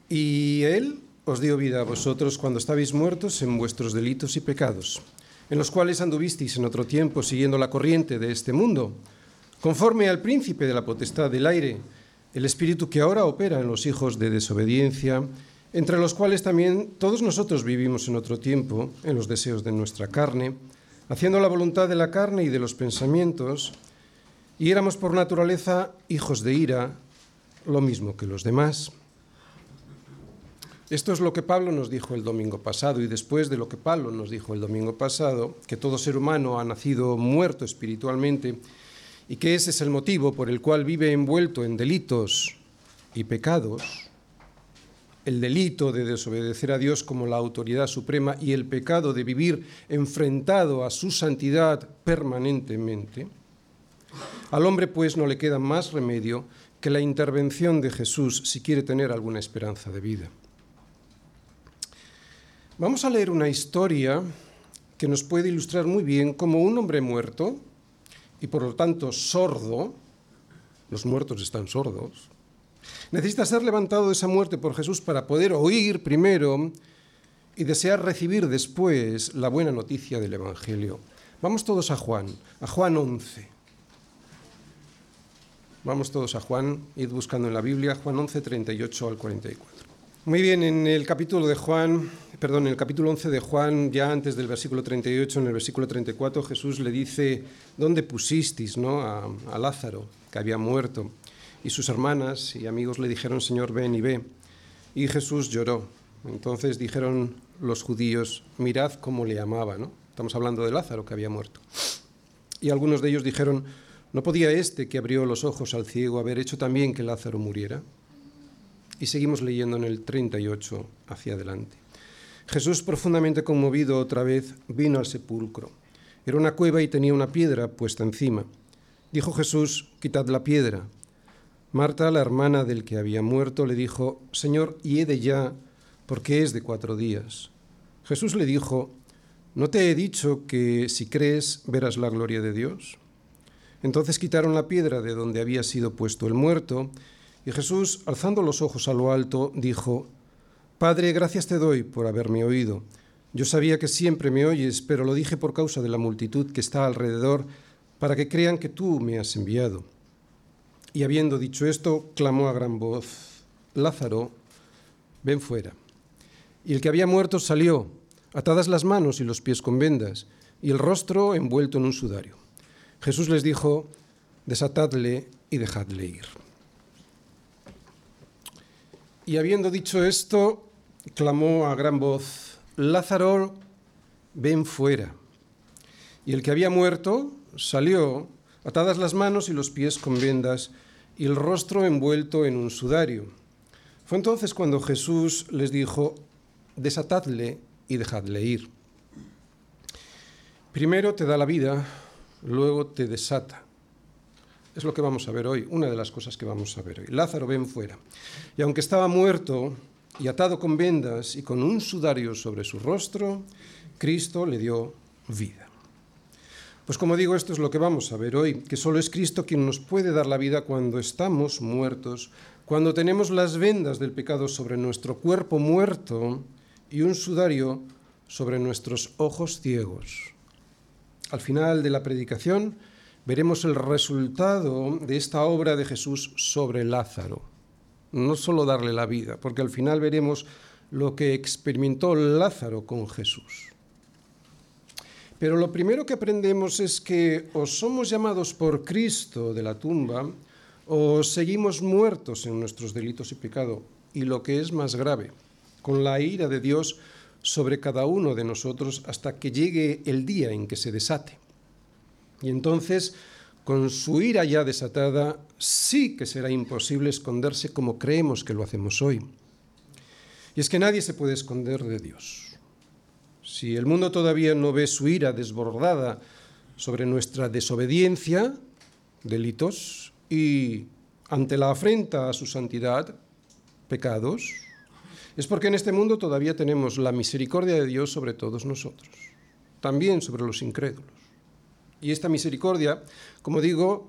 Y Él os dio vida a vosotros cuando estabais muertos en vuestros delitos y pecados, en los cuales anduvisteis en otro tiempo siguiendo la corriente de este mundo, conforme al príncipe de la potestad del aire, el espíritu que ahora opera en los hijos de desobediencia, entre los cuales también todos nosotros vivimos en otro tiempo, en los deseos de nuestra carne, haciendo la voluntad de la carne y de los pensamientos, y éramos por naturaleza hijos de ira, lo mismo que los demás. Esto es lo que Pablo nos dijo el domingo pasado, y después de lo que Pablo nos dijo el domingo pasado, que todo ser humano ha nacido muerto espiritualmente y que ese es el motivo por el cual vive envuelto en delitos y pecados, el delito de desobedecer a Dios como la autoridad suprema y el pecado de vivir enfrentado a su santidad permanentemente, al hombre pues no le queda más remedio que la intervención de Jesús si quiere tener alguna esperanza de vida. Vamos a leer una historia que nos puede ilustrar muy bien cómo un hombre muerto, y por lo tanto sordo, los muertos están sordos, necesita ser levantado de esa muerte por Jesús para poder oír primero y desear recibir después la buena noticia del Evangelio. Vamos todos a Juan 11. Vamos todos a Juan, id buscando en la Biblia, Juan 11, 38 al 44. Muy bien, en el capítulo 11 de Juan, ya antes del versículo 38, en el versículo 34, Jesús le dice, ¿dónde pusisteis, a Lázaro, que había muerto? Y sus hermanas y amigos le dijeron, Señor, ven y ve. Y Jesús lloró. Entonces dijeron los judíos, mirad cómo le amaba, ¿no? Estamos hablando de Lázaro, que había muerto. Y algunos de ellos dijeron, ¿no podía este que abrió los ojos al ciego haber hecho también que Lázaro muriera? Y seguimos leyendo en el 38 hacia adelante. Jesús, profundamente conmovido otra vez, vino al sepulcro. Era una cueva y tenía una piedra puesta encima. Dijo Jesús, quitad la piedra. Marta, la hermana del que había muerto, le dijo, Señor, hiede ya, porque es de 4 días. Jesús le dijo, ¿no te he dicho que si crees verás la gloria de Dios? Entonces quitaron la piedra de donde había sido puesto el muerto, y Jesús, alzando los ojos a lo alto, dijo, Padre, gracias te doy por haberme oído. Yo sabía que siempre me oyes, pero lo dije por causa de la multitud que está alrededor, para que crean que tú me has enviado. Y habiendo dicho esto, clamó a gran voz, Lázaro, ven fuera. Y el que había muerto salió, atadas las manos y los pies con vendas, y el rostro envuelto en un sudario. Jesús les dijo, desatadle y dejadle ir. Y habiendo dicho esto, clamó a gran voz, Lázaro, ven fuera. Y el que había muerto salió, atadas las manos y los pies con vendas, y el rostro envuelto en un sudario. Fue entonces cuando Jesús les dijo, desatadle y dejadle ir. Primero te da la vida, luego te desata. Es lo que vamos a ver hoy, una de las cosas que vamos a ver hoy. Lázaro, ven fuera. Y aunque estaba muerto y atado con vendas y con un sudario sobre su rostro, Cristo le dio vida. Pues como digo, esto es lo que vamos a ver hoy, que solo es Cristo quien nos puede dar la vida cuando estamos muertos, cuando tenemos las vendas del pecado sobre nuestro cuerpo muerto y un sudario sobre nuestros ojos ciegos. Al final de la predicación veremos el resultado de esta obra de Jesús sobre Lázaro. No solo darle la vida, porque al final veremos lo que experimentó Lázaro con Jesús. Pero lo primero que aprendemos es que o somos llamados por Cristo de la tumba, o seguimos muertos en nuestros delitos y pecado, y lo que es más grave, con la ira de Dios sobre cada uno de nosotros hasta que llegue el día en que se desate. Y entonces, con su ira ya desatada, sí que será imposible esconderse como creemos que lo hacemos hoy. Y es que nadie se puede esconder de Dios. Si el mundo todavía no ve su ira desbordada sobre nuestra desobediencia, delitos, y ante la afrenta a su santidad, pecados, es porque en este mundo todavía tenemos la misericordia de Dios sobre todos nosotros, también sobre los incrédulos. Y esta misericordia, como digo,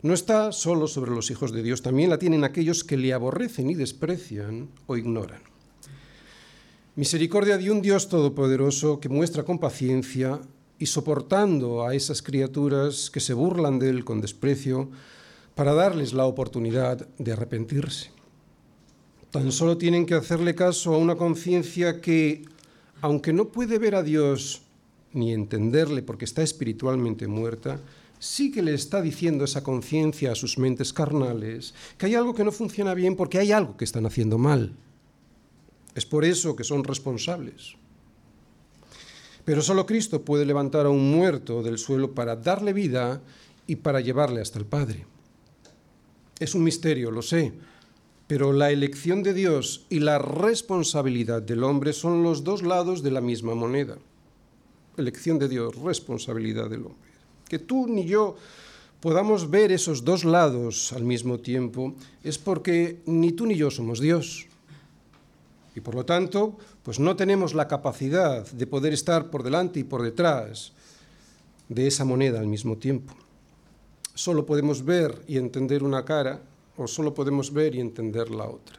no está solo sobre los hijos de Dios, también la tienen aquellos que le aborrecen y desprecian o ignoran. Misericordia de un Dios todopoderoso que muestra con paciencia y soportando a esas criaturas que se burlan de él con desprecio para darles la oportunidad de arrepentirse. Tan solo tienen que hacerle caso a una conciencia que, aunque no puede ver a Dios ni entenderle porque está espiritualmente muerta, sí que le está diciendo esa conciencia a sus mentes carnales que hay algo que no funciona bien porque hay algo que están haciendo mal. Es por eso que son responsables. Pero solo Cristo puede levantar a un muerto del suelo para darle vida y para llevarle hasta el Padre. Es un misterio, lo sé, pero la elección de Dios y la responsabilidad del hombre son los dos lados de la misma moneda. Elección de Dios, responsabilidad del hombre. Que tú ni yo podamos ver esos dos lados al mismo tiempo es porque ni tú ni yo somos Dios. Y por lo tanto, pues no tenemos la capacidad de poder estar por delante y por detrás de esa moneda al mismo tiempo. Solo podemos ver y entender una cara, o solo podemos ver y entender la otra.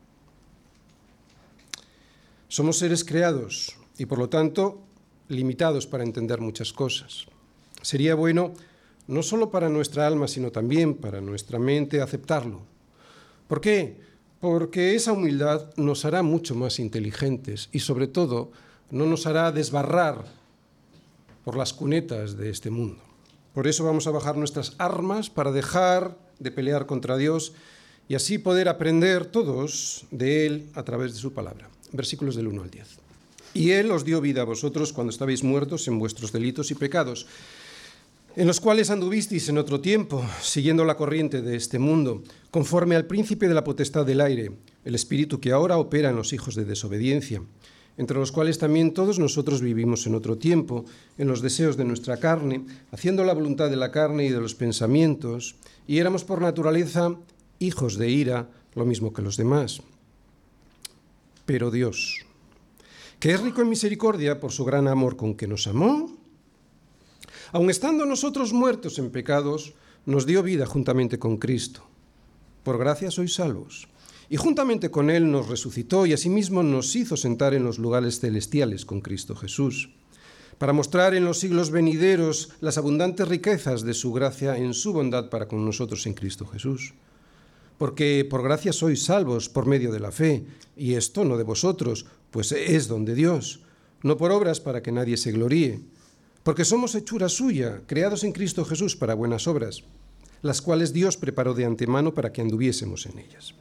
Somos seres creados y por lo tanto limitados para entender muchas cosas. Sería bueno, no solo para nuestra alma, sino también para nuestra mente, aceptarlo. ¿Por qué? Porque esa humildad nos hará mucho más inteligentes y, sobre todo, no nos hará desbarrar por las cunetas de este mundo. Por eso vamos a bajar nuestras armas para dejar de pelear contra Dios y así poder aprender todos de Él a través de su palabra. Versículos del 1 al 10. Y Él os dio vida a vosotros cuando estabais muertos en vuestros delitos y pecados, en los cuales anduvisteis en otro tiempo, siguiendo la corriente de este mundo, conforme al príncipe de la potestad del aire, el espíritu que ahora opera en los hijos de desobediencia, entre los cuales también todos nosotros vivimos en otro tiempo, en los deseos de nuestra carne, haciendo la voluntad de la carne y de los pensamientos, y éramos por naturaleza hijos de ira, lo mismo que los demás. Pero Dios, que es rico en misericordia por su gran amor con que nos amó, aun estando nosotros muertos en pecados, nos dio vida juntamente con Cristo. Por gracia sois salvos. Y juntamente con Él nos resucitó y asimismo nos hizo sentar en los lugares celestiales con Cristo Jesús, para mostrar en los siglos venideros las abundantes riquezas de su gracia en su bondad para con nosotros en Cristo Jesús. Porque por gracia sois salvos por medio de la fe, y esto no de vosotros, pues es don de Dios, no por obras para que nadie se gloríe. Porque somos hechura suya, creados en Cristo Jesús para buenas obras, las cuales Dios preparó de antemano para que anduviésemos en ellas.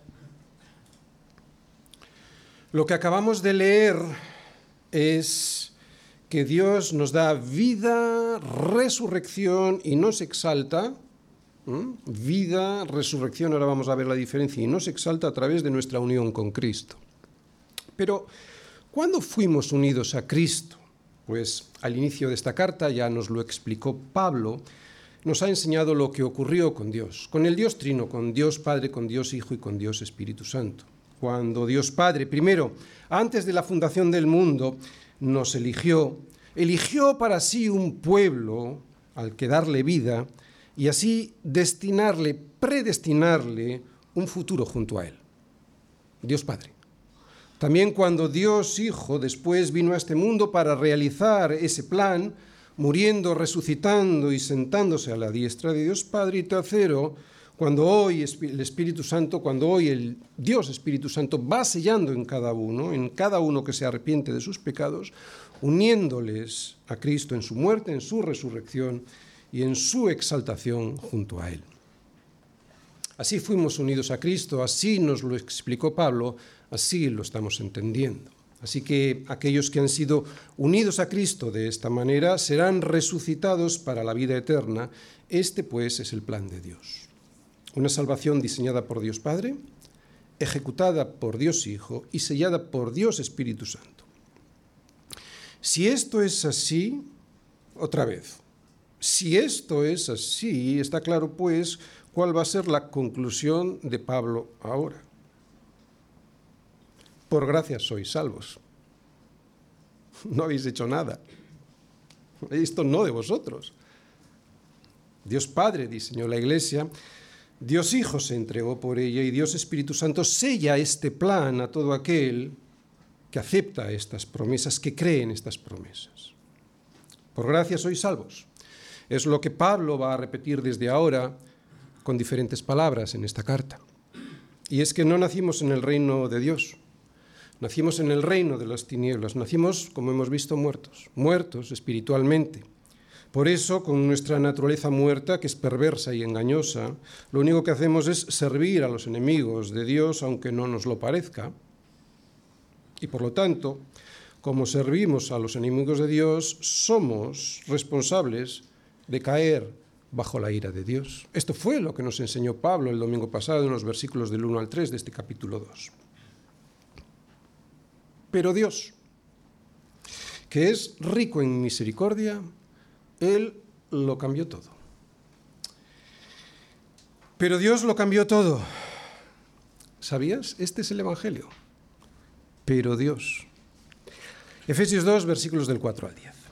Lo que acabamos de leer es que Dios nos da vida, resurrección y nos exalta. Vida, resurrección, ahora vamos a ver la diferencia, y nos exalta a través de nuestra unión con Cristo. Pero, ¿cuándo fuimos unidos a Cristo? Pues al inicio de esta carta ya nos lo explicó Pablo, nos ha enseñado lo que ocurrió con Dios, con el Dios Trino, con Dios Padre, con Dios Hijo y con Dios Espíritu Santo. Cuando Dios Padre, primero, antes de la fundación del mundo, nos eligió para sí un pueblo al que darle vida y así predestinarle un futuro junto a Él. Dios Padre. También cuando Dios Hijo después vino a este mundo para realizar ese plan, muriendo, resucitando y sentándose a la diestra de Dios Padre. Y tercero, cuando hoy el Espíritu Santo, cuando hoy el Dios Espíritu Santo va sellando en cada uno que se arrepiente de sus pecados, uniéndoles a Cristo en su muerte, en su resurrección y en su exaltación junto a Él. Así fuimos unidos a Cristo, así nos lo explicó Pablo, así lo estamos entendiendo. Así que aquellos que han sido unidos a Cristo de esta manera serán resucitados para la vida eterna. Este, pues, es el plan de Dios. Una salvación diseñada por Dios Padre, ejecutada por Dios Hijo y sellada por Dios Espíritu Santo. Si esto es así, otra vez, si esto es así, está claro, pues, cuál va a ser la conclusión de Pablo ahora. Por gracia sois salvos. No habéis hecho nada. Esto no de vosotros. Dios Padre diseñó la Iglesia Dios Hijo se entregó por ella y Dios Espíritu Santo sella este plan a todo aquel que acepta estas promesas, que cree en estas promesas. Por gracia sois salvos. Es lo que Pablo va a repetir desde ahora con diferentes palabras en esta carta. Y es que no nacimos en el reino de Dios, nacimos en el reino de las tinieblas, nacimos, como hemos visto, muertos espiritualmente. Por eso, con nuestra naturaleza muerta, que es perversa y engañosa, lo único que hacemos es servir a los enemigos de Dios, aunque no nos lo parezca. Y por lo tanto, como servimos a los enemigos de Dios, somos responsables de caer bajo la ira de Dios. Esto fue lo que nos enseñó Pablo el domingo pasado en los versículos del 1 al 3 de este capítulo 2. Pero Dios, que es rico en misericordia, Él lo cambió todo. Pero Dios lo cambió todo. ¿Sabías? Este es el Evangelio. Pero Dios. Efesios 2, versículos del 4 al 10.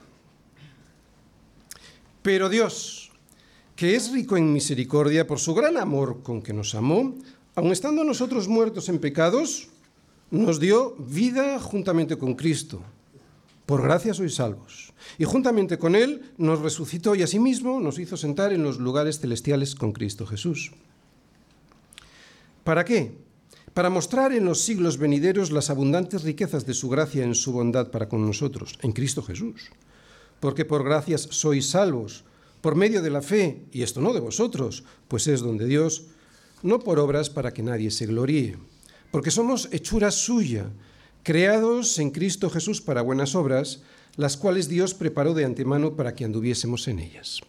Pero Dios, que es rico en misericordia por su gran amor con que nos amó, aun estando nosotros muertos en pecados, nos dio vida juntamente con Cristo. Por gracia sois salvos. Y juntamente con Él nos resucitó y asimismo nos hizo sentar en los lugares celestiales con Cristo Jesús. ¿Para qué? Para mostrar en los siglos venideros las abundantes riquezas de su gracia en su bondad para con nosotros, en Cristo Jesús. Porque por gracias sois salvos, por medio de la fe, y esto no de vosotros, pues es don de Dios, no por obras para que nadie se gloríe. Porque somos hechura suya, creados en Cristo Jesús para buenas obras, las cuales Dios preparó de antemano para que anduviésemos en ellas.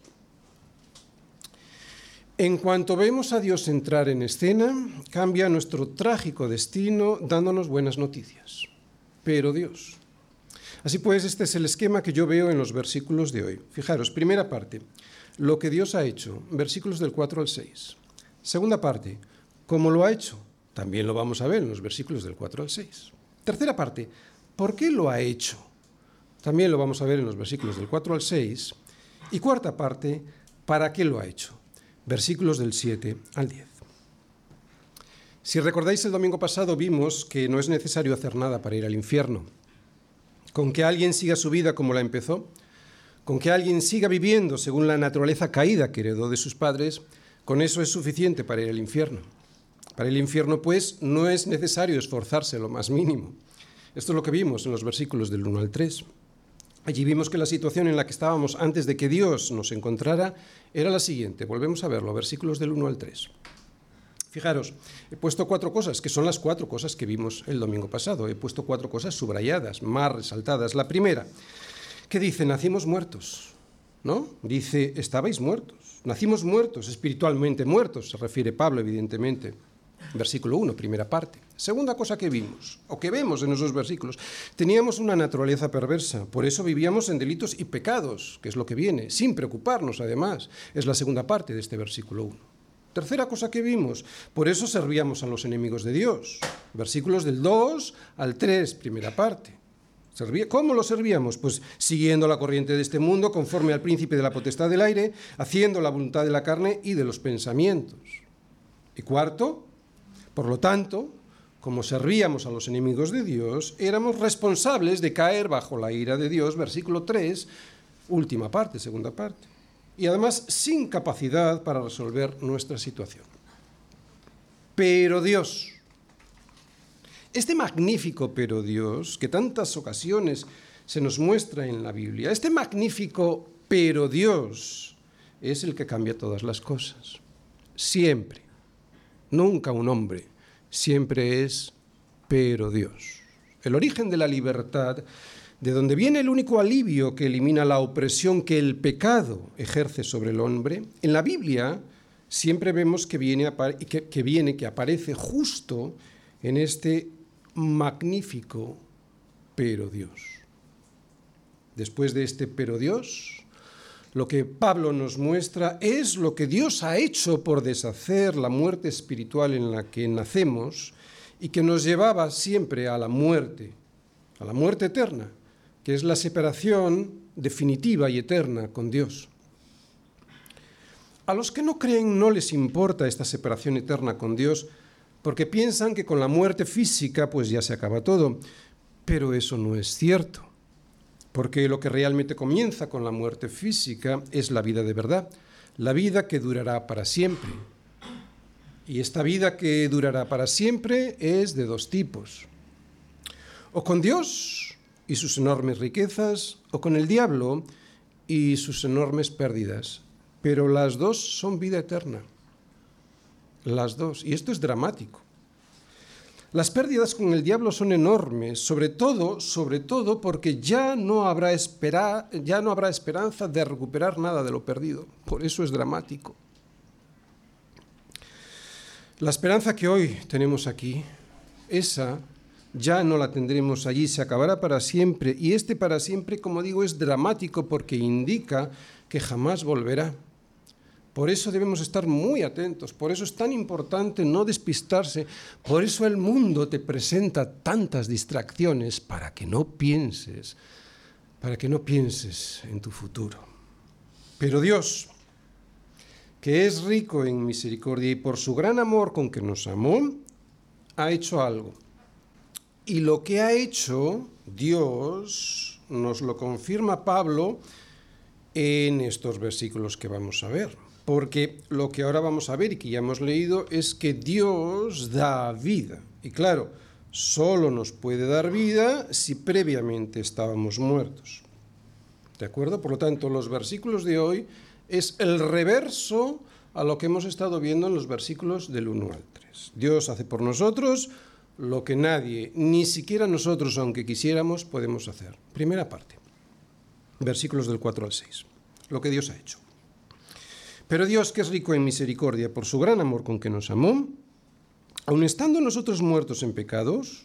En cuanto vemos a Dios entrar en escena, cambia nuestro trágico destino dándonos buenas noticias. Pero Dios. Así pues, este es el esquema que yo veo en los versículos de hoy. Fijaros, primera parte, lo que Dios ha hecho, versículos del 4 al 6. Segunda parte, cómo lo ha hecho, también lo vamos a ver en los versículos del 4 al 6. Tercera parte, ¿por qué lo ha hecho? También lo vamos a ver en los versículos del 4 al 6. Y cuarta parte, ¿para qué lo ha hecho? Versículos del 7 al 10. Si recordáis, el domingo pasado vimos que no es necesario hacer nada para ir al infierno. Con que alguien siga su vida como la empezó, con que alguien siga viviendo según la naturaleza caída que heredó de sus padres, con eso es suficiente para ir al infierno. Para el infierno, pues, no es necesario esforzarse lo más mínimo. Esto es lo que vimos en los versículos del 1 al 3. Allí vimos que la situación en la que estábamos antes de que Dios nos encontrara era la siguiente. Volvemos a verlo, versículos del 1 al 3. Fijaros, he puesto 4 cosas, que son las 4 cosas que vimos el domingo pasado. He puesto 4 cosas subrayadas, más resaltadas. La primera, que dice, nacimos muertos, ¿no? Dice, estabais muertos. Nacimos muertos, espiritualmente muertos, se refiere Pablo, evidentemente. Versículo 1, primera parte. Segunda cosa que vimos, o que vemos en esos versículos, teníamos una naturaleza perversa, por eso vivíamos en delitos y pecados, que es lo que viene, sin preocuparnos además. Es la segunda parte de este versículo 1. Tercera cosa que vimos, por eso servíamos a los enemigos de Dios. Versículos del 2 al 3, primera parte. ¿Cómo lo servíamos? Pues siguiendo la corriente de este mundo, conforme al príncipe de la potestad del aire, haciendo la voluntad de la carne y de los pensamientos. Y cuarto, por lo tanto, como servíamos a los enemigos de Dios, éramos responsables de caer bajo la ira de Dios, versículo 3, última parte, segunda parte. Y además sin capacidad para resolver nuestra situación. Pero Dios, este magnífico pero Dios, que tantas ocasiones se nos muestra en la Biblia, este magnífico pero Dios es el que cambia todas las cosas. Siempre. Nunca un hombre, siempre es pero Dios. El origen de la libertad, de donde viene el único alivio que elimina la opresión que el pecado ejerce sobre el hombre, en la Biblia siempre vemos que aparece justo en este magnífico pero Dios. Después de este pero Dios, lo que Pablo nos muestra es lo que Dios ha hecho por deshacer la muerte espiritual en la que nacemos y que nos llevaba siempre a la muerte eterna, que es la separación definitiva y eterna con Dios. A los que no creen no les importa esta separación eterna con Dios, porque piensan que con la muerte física pues ya se acaba todo. Pero eso no es cierto, porque lo que realmente comienza con la muerte física es la vida de verdad, la vida que durará para siempre. Y esta vida que durará para siempre es de dos tipos: o con Dios y sus enormes riquezas, o con el diablo y sus enormes pérdidas. Pero las dos son vida eterna. Las dos. Y esto es dramático. Las pérdidas con el diablo son enormes, sobre todo porque ya no habrá esperanza de recuperar nada de lo perdido. Por eso es dramático. La esperanza que hoy tenemos aquí, esa ya no la tendremos allí, se acabará para siempre. Y este para siempre, como digo, es dramático porque indica que jamás volverá. Por eso debemos estar muy atentos, por eso es tan importante no despistarse, por eso el mundo te presenta tantas distracciones para que no pienses en tu futuro. Pero Dios, que es rico en misericordia y por su gran amor con que nos amó, ha hecho algo. Y lo que ha hecho Dios nos lo confirma Pablo en estos versículos que vamos a ver. Porque lo que ahora vamos a ver y que ya hemos leído es que Dios da vida. Y claro, solo nos puede dar vida si previamente estábamos muertos. ¿De acuerdo? Por lo tanto, los versículos de hoy es el reverso a lo que hemos estado viendo en los versículos del 1 al 3. Dios hace por nosotros lo que nadie, ni siquiera nosotros, aunque quisiéramos, podemos hacer. Primera parte, versículos del 4 al 6. Lo que Dios ha hecho. Pero Dios, que es rico en misericordia por su gran amor con que nos amó, aun estando nosotros muertos en pecados,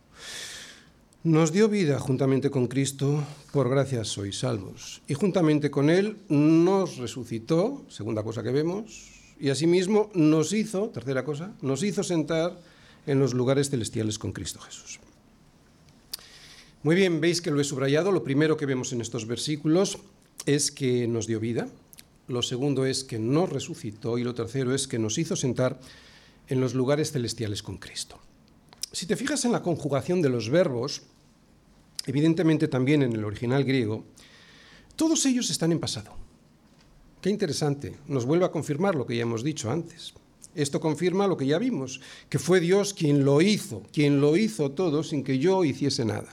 nos dio vida juntamente con Cristo, por gracia sois salvos. Y juntamente con Él nos resucitó, segunda cosa que vemos, y asimismo nos hizo, tercera cosa, nos hizo sentar en los lugares celestiales con Cristo Jesús. Muy bien, veis que lo he subrayado. Lo primero que vemos en estos versículos es que nos dio vida. Lo segundo es que nos resucitó y lo tercero es que nos hizo sentar en los lugares celestiales con Cristo. Si te fijas en la conjugación de los verbos, evidentemente también en el original griego, todos ellos están en pasado. Qué interesante, nos vuelve a confirmar lo que ya hemos dicho antes. Esto confirma lo que ya vimos, que fue Dios quien lo hizo todo sin que yo hiciese nada.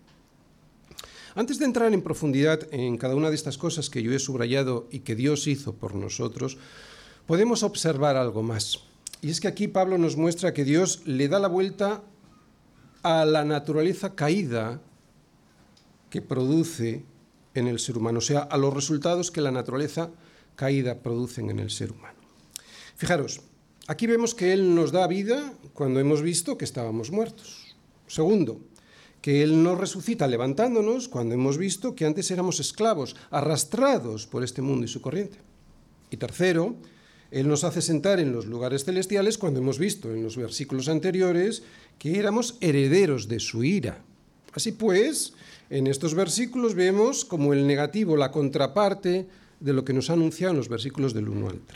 Antes de entrar en profundidad en cada una de estas cosas que yo he subrayado y que Dios hizo por nosotros, podemos observar algo más. Y es que aquí Pablo nos muestra que Dios le da la vuelta a la naturaleza caída que produce en el ser humano, o sea, a los resultados que la naturaleza caída producen en el ser humano. Fijaros, aquí vemos que Él nos da vida cuando hemos visto que estábamos muertos. Segundo, que Él nos resucita levantándonos cuando hemos visto que antes éramos esclavos, arrastrados por este mundo y su corriente. Y tercero, Él nos hace sentar en los lugares celestiales cuando hemos visto en los versículos anteriores que éramos herederos de su ira. Así pues, en estos versículos vemos como el negativo, la contraparte de lo que nos ha anunciado en los versículos del 1 al 3.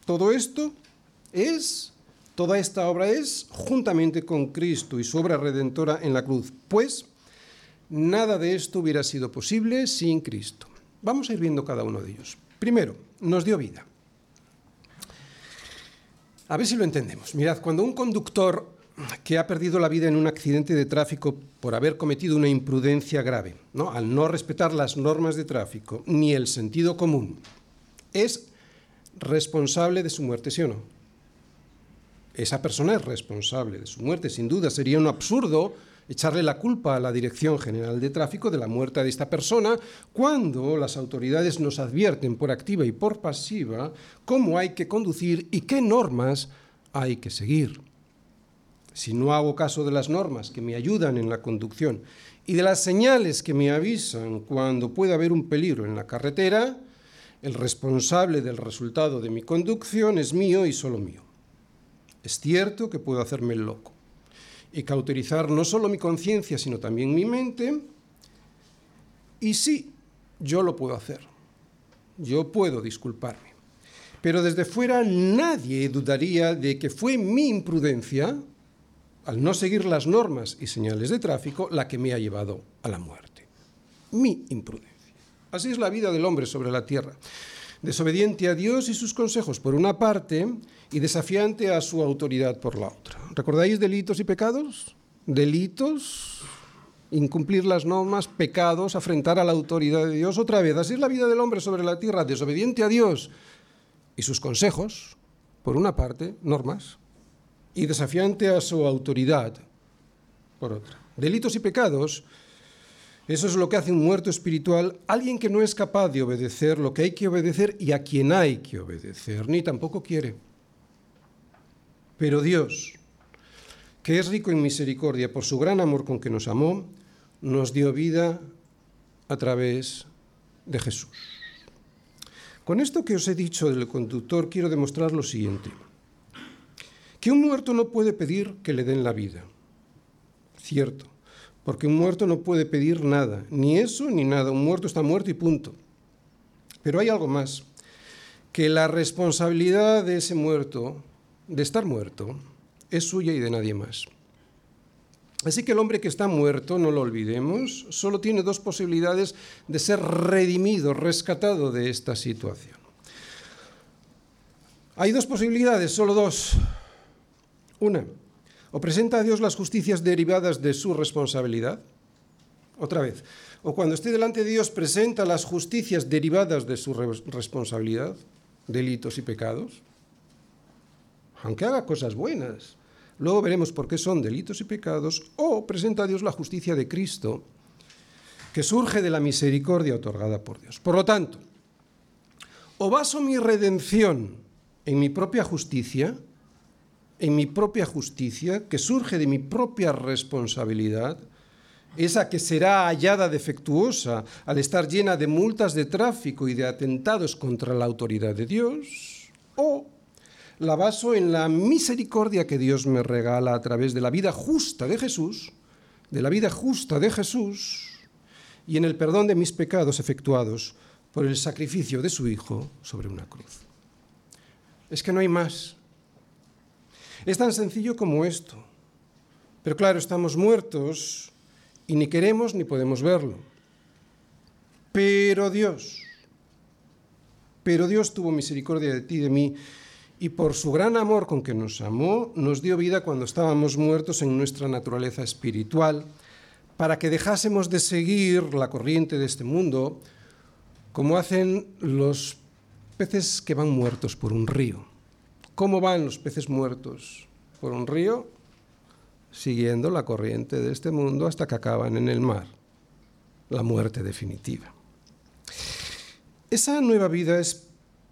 Toda esta obra es juntamente con Cristo y su obra redentora en la cruz, pues nada de esto hubiera sido posible sin Cristo. Vamos a ir viendo cada uno de ellos. Primero, nos dio vida. A ver si lo entendemos. Mirad, cuando un conductor que ha perdido la vida en un accidente de tráfico por haber cometido una imprudencia grave, ¿no?, al no respetar las normas de tráfico ni el sentido común, es responsable de su muerte, ¿sí o no? Esa persona es responsable de su muerte, sin duda. Sería un absurdo echarle la culpa a la Dirección General de Tráfico de la muerte de esta persona cuando las autoridades nos advierten por activa y por pasiva cómo hay que conducir y qué normas hay que seguir. Si no hago caso de las normas que me ayudan en la conducción y de las señales que me avisan cuando puede haber un peligro en la carretera, el responsable del resultado de mi conducción es mío y solo mío. Es cierto que puedo hacerme el loco y cauterizar no solo mi conciencia, sino también mi mente. Y sí, yo lo puedo hacer. Yo puedo disculparme. pero desde fuera nadie dudaría de que fue mi imprudencia, al no seguir las normas y señales de tráfico, la que me ha llevado a la muerte. Mi imprudencia. Así es la vida del hombre sobre la tierra. Desobediente a Dios y sus consejos por una parte y desafiante a su autoridad por la otra. ¿Recordáis delitos y pecados? Delitos, incumplir las normas, pecados, afrentar a la autoridad de Dios. Otra vez, así es la vida del hombre sobre la tierra, desobediente a Dios y sus consejos, por una parte, normas, y desafiante a su autoridad, por otra. Delitos y pecados, eso es lo que hace un muerto espiritual, alguien que no es capaz de obedecer lo que hay que obedecer y a quien hay que obedecer, ni tampoco quiere. Pero Dios, que es rico en misericordia por su gran amor con que nos amó, nos dio vida a través de Jesús. Con esto que os he dicho del conductor, quiero demostrar lo siguiente. Que un muerto no puede pedir que le den la vida. Cierto, porque un muerto no puede pedir nada, ni eso ni nada. Un muerto está muerto y punto. Pero hay algo más, que la responsabilidad de ese muerto, de estar muerto, es suya y de nadie más. Así que el hombre que está muerto, no lo olvidemos, solo tiene dos posibilidades de ser redimido, rescatado de esta situación. Hay dos posibilidades, solo dos. Una, o presenta a Dios las justicias derivadas de su responsabilidad. Otra vez, o cuando esté delante de Dios presenta las justicias derivadas de su responsabilidad, delitos y pecados, aunque haga cosas buenas. Luego veremos por qué son delitos y pecados, o presenta a Dios la justicia de Cristo, que surge de la misericordia otorgada por Dios. Por lo tanto, o baso mi redención en mi propia justicia, que surge de mi propia responsabilidad, esa que será hallada defectuosa al estar llena de multas de tráfico y de atentados contra la autoridad de Dios, o la baso en la misericordia que Dios me regala a través de la vida justa de Jesús, y en el perdón de mis pecados efectuados por el sacrificio de su Hijo sobre una cruz. Es que no hay más. Es tan sencillo como esto. Pero claro, estamos muertos y ni queremos ni podemos verlo. Pero Dios tuvo misericordia de ti y de mí, y por su gran amor con que nos amó, nos dio vida cuando estábamos muertos en nuestra naturaleza espiritual, para que dejásemos de seguir la corriente de este mundo, como hacen los peces que van muertos por un río. ¿Cómo van los peces muertos por un río? Siguiendo la corriente de este mundo hasta que acaban en el mar, la muerte definitiva. Esa nueva vida es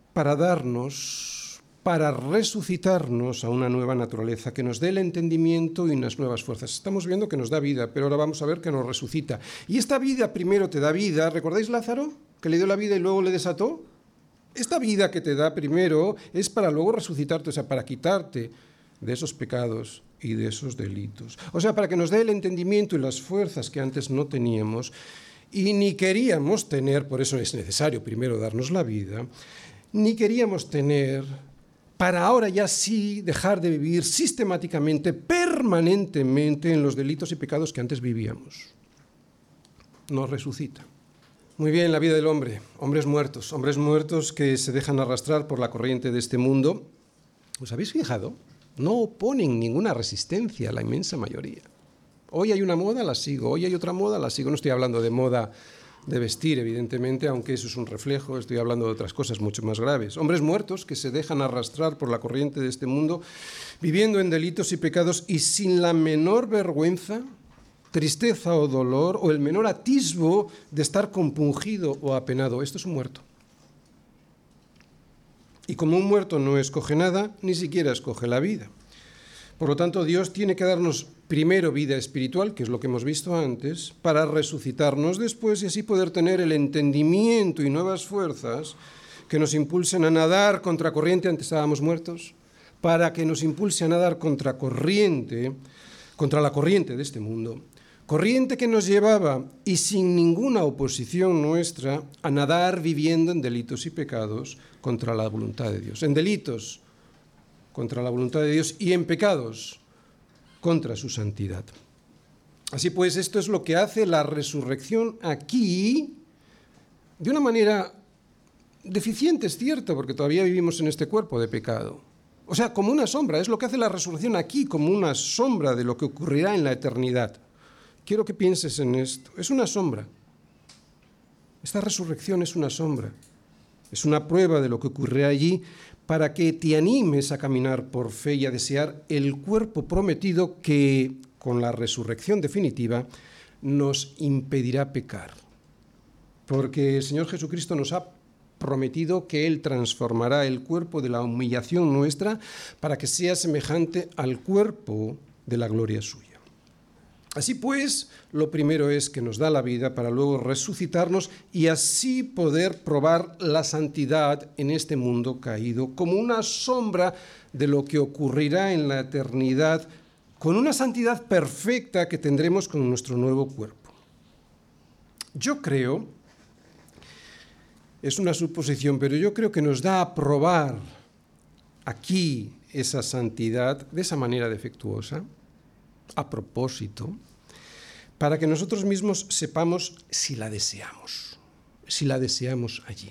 para resucitarnos a una nueva naturaleza, que nos dé el entendimiento y unas nuevas fuerzas. Estamos viendo que nos da vida, pero ahora vamos a ver que nos resucita. Y esta vida primero te da vida. ¿Recordáis Lázaro, que le dio la vida y luego le desató? Esta vida que te da primero es para luego resucitarte, o sea, para quitarte de esos pecados y de esos delitos. O sea, para que nos dé el entendimiento y las fuerzas que antes no teníamos y ni queríamos tener, por eso es necesario primero darnos la vida, ni queríamos tener, para ahora ya sí dejar de vivir sistemáticamente, permanentemente en los delitos y pecados que antes vivíamos. Nos resucita. Muy bien, la vida del hombre, hombres muertos que se dejan arrastrar por la corriente de este mundo. ¿Os habéis fijado? No oponen ninguna resistencia a la inmensa mayoría. Hoy hay una moda, la sigo. Hoy hay otra moda, la sigo. No estoy hablando de moda de vestir, evidentemente, aunque eso es un reflejo, estoy hablando de otras cosas mucho más graves. Hombres muertos que se dejan arrastrar por la corriente de este mundo, viviendo en delitos y pecados y sin la menor vergüenza, tristeza o dolor, o el menor atisbo de estar compungido o apenado. Esto es un muerto. Y como un muerto no escoge nada, ni siquiera escoge la vida. Por lo tanto, Dios tiene que darnos primero vida espiritual, que es lo que hemos visto antes, para resucitarnos después y así poder tener el entendimiento y nuevas fuerzas que nos impulsen a nadar contracorriente, antes estábamos muertos, para que nos impulse a nadar contracorriente, contra la corriente de este mundo, corriente que nos llevaba, y sin ninguna oposición nuestra, a nadar viviendo en delitos y pecados contra la voluntad de Dios. En delitos contra la voluntad de Dios y en pecados contra su santidad. Así pues, esto es lo que hace la resurrección aquí, de una manera deficiente, es cierto, porque todavía vivimos en este cuerpo de pecado. O sea, como una sombra, es lo que hace la resurrección aquí, como una sombra de lo que ocurrirá en la eternidad. Quiero que pienses en esto. Es una sombra. Esta resurrección es una sombra. Es una prueba de lo que ocurrirá allí para que te animes a caminar por fe y a desear el cuerpo prometido que, con la resurrección definitiva, nos impedirá pecar. Porque el Señor Jesucristo nos ha prometido que Él transformará el cuerpo de la humillación nuestra para que sea semejante al cuerpo de la gloria suya. Así pues, lo primero es que nos da la vida para luego resucitarnos y así poder probar la santidad en este mundo caído como una sombra de lo que ocurrirá en la eternidad con una santidad perfecta que tendremos con nuestro nuevo cuerpo. Yo creo, es una suposición, pero yo creo que nos da a probar aquí esa santidad de esa manera defectuosa, a propósito, para que nosotros mismos sepamos si la deseamos allí.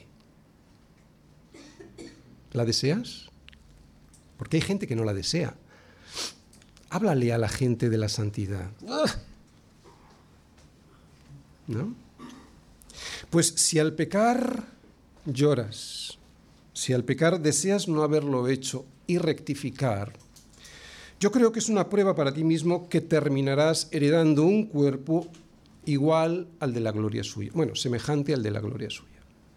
¿La deseas? Porque hay gente que no la desea. Háblale a la gente de la santidad. ¿No? Pues si al pecar lloras, si al pecar deseas no haberlo hecho y rectificar, yo creo que es una prueba para ti mismo que terminarás heredando un cuerpo igual al de la gloria suya. Bueno, semejante al de la gloria suya.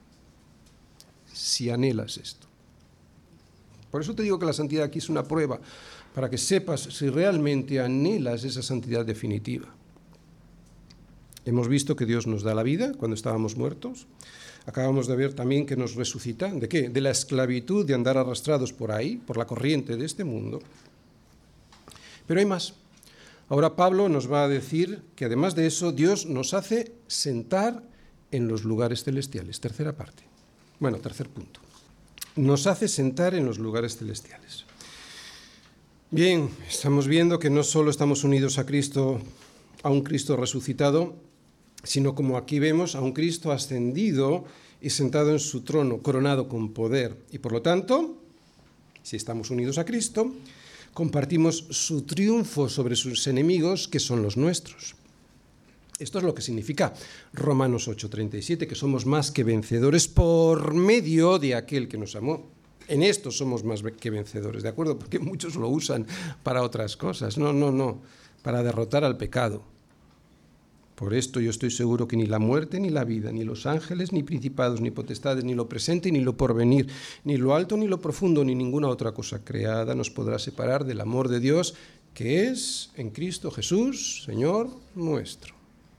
Si anhelas esto. Por eso te digo que la santidad aquí es una prueba, para que sepas si realmente anhelas esa santidad definitiva. Hemos visto que Dios nos da la vida cuando estábamos muertos. Acabamos de ver también que nos resucita. ¿De qué? De la esclavitud de andar arrastrados por ahí, por la corriente de este mundo. Pero hay más. Ahora Pablo nos va a decir que además de eso, Dios nos hace sentar en los lugares celestiales. Tercera parte. Bueno, tercer punto. Nos hace sentar en los lugares celestiales. Bien, estamos viendo que no solo estamos unidos a Cristo, a un Cristo resucitado, sino como aquí vemos, a un Cristo ascendido y sentado en su trono, coronado con poder. Y por lo tanto, si estamos unidos a Cristo, compartimos su triunfo sobre sus enemigos, que son los nuestros. Esto es lo que significa Romanos 8:37, que somos más que vencedores por medio de aquel que nos amó. En esto somos más que vencedores, ¿de acuerdo? Porque muchos lo usan para otras cosas. No, para derrotar al pecado. Por esto yo estoy seguro que ni la muerte, ni la vida, ni los ángeles, ni principados, ni potestades, ni lo presente, ni lo porvenir, ni lo alto, ni lo profundo, ni ninguna otra cosa creada nos podrá separar del amor de Dios, que es en Cristo Jesús, Señor nuestro.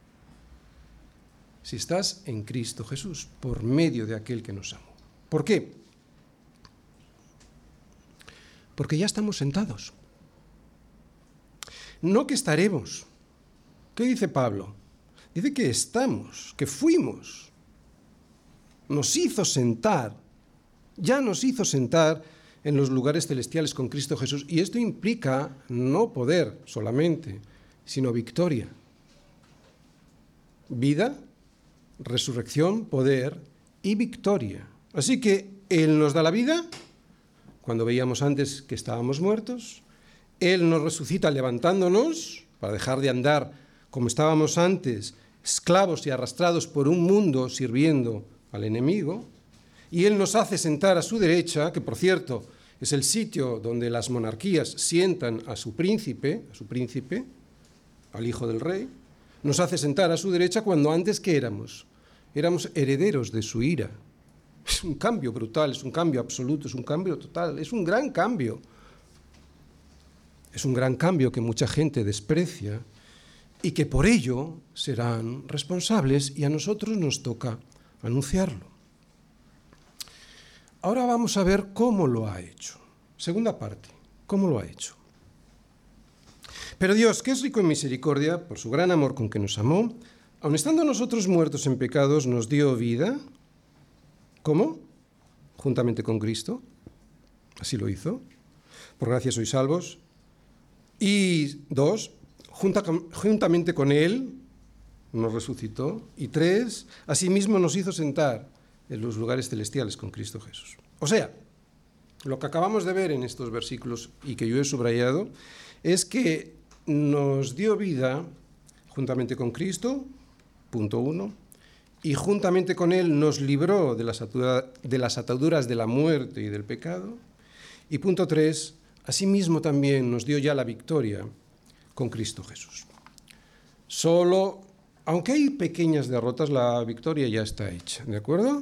Si estás en Cristo Jesús, por medio de aquel que nos amó. ¿Por qué? Porque ya estamos sentados. No que estaremos. ¿Qué dice Pablo? Dice que estamos, que fuimos. Nos hizo sentar, ya nos hizo sentar en los lugares celestiales con Cristo Jesús. Y esto implica no poder solamente, sino victoria. Vida, resurrección, poder y victoria. Así que Él nos da la vida, cuando veíamos antes que estábamos muertos. Él nos resucita levantándonos para dejar de andar como estábamos antes, esclavos y arrastrados por un mundo sirviendo al enemigo, y Él nos hace sentar a su derecha, que por cierto es el sitio donde las monarquías sientan a su príncipe, al hijo del rey. Nos hace sentar a su derecha cuando antes ¿qué éramos? Éramos herederos de su ira. Es un cambio brutal, es un cambio absoluto, es un cambio total, es un gran cambio. Es un gran cambio que mucha gente desprecia y que por ello serán responsables, y a nosotros nos toca anunciarlo. Ahora vamos a ver cómo lo ha hecho. Segunda parte, ¿cómo lo ha hecho? Pero Dios, que es rico en misericordia, por su gran amor con que nos amó, aun estando nosotros muertos en pecados, nos dio vida. ¿Cómo? Juntamente con Cristo. Así lo hizo. Por gracia sois salvos. Y 2, juntamente con Él nos resucitó. Y 3, asimismo nos hizo sentar en los lugares celestiales con Cristo Jesús. O sea, lo que acabamos de ver en estos versículos y que yo he subrayado es que nos dio vida juntamente con Cristo, punto 1, y juntamente con Él nos libró de las ataduras de la muerte y del pecado, y punto 3, asimismo también nos dio ya la victoria con Cristo Jesús. Solo, aunque hay pequeñas derrotas, la victoria ya está hecha, ¿de acuerdo?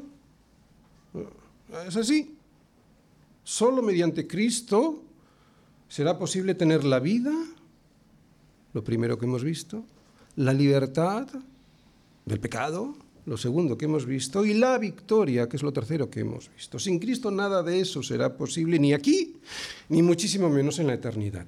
Es así. Solo mediante Cristo será posible tener la vida, lo primero que hemos visto, la libertad del pecado, lo segundo que hemos visto, y la victoria, que es lo tercero que hemos visto. Sin Cristo nada de eso será posible, ni aquí, ni muchísimo menos en la eternidad.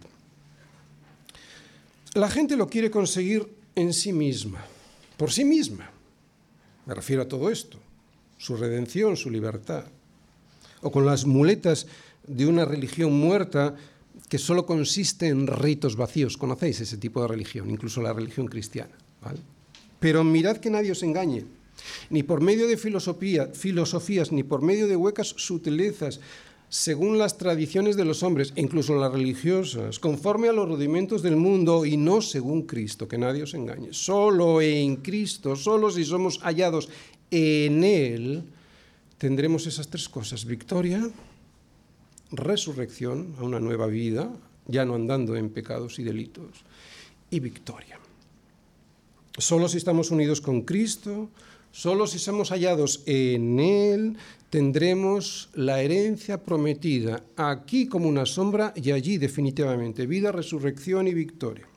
La gente lo quiere conseguir en sí misma, por sí misma. Me refiero a todo esto, su redención, su libertad. O con las muletas de una religión muerta que solo consiste en ritos vacíos. Conocéis ese tipo de religión, incluso la religión cristiana, ¿vale? Pero mirad que nadie os engañe, ni por medio de filosofías, ni por medio de huecas sutilezas, según las tradiciones de los hombres, e incluso las religiosas, conforme a los rudimentos del mundo y no según Cristo, que nadie os engañe. Solo en Cristo, solo si somos hallados en Él, tendremos esas tres cosas: victoria, resurrección a una nueva vida, ya no andando en pecados y delitos, y victoria. Solo si estamos unidos con Cristo, solo si somos hallados en Él, tendremos la herencia prometida, aquí como una sombra y allí definitivamente, vida, resurrección y victoria.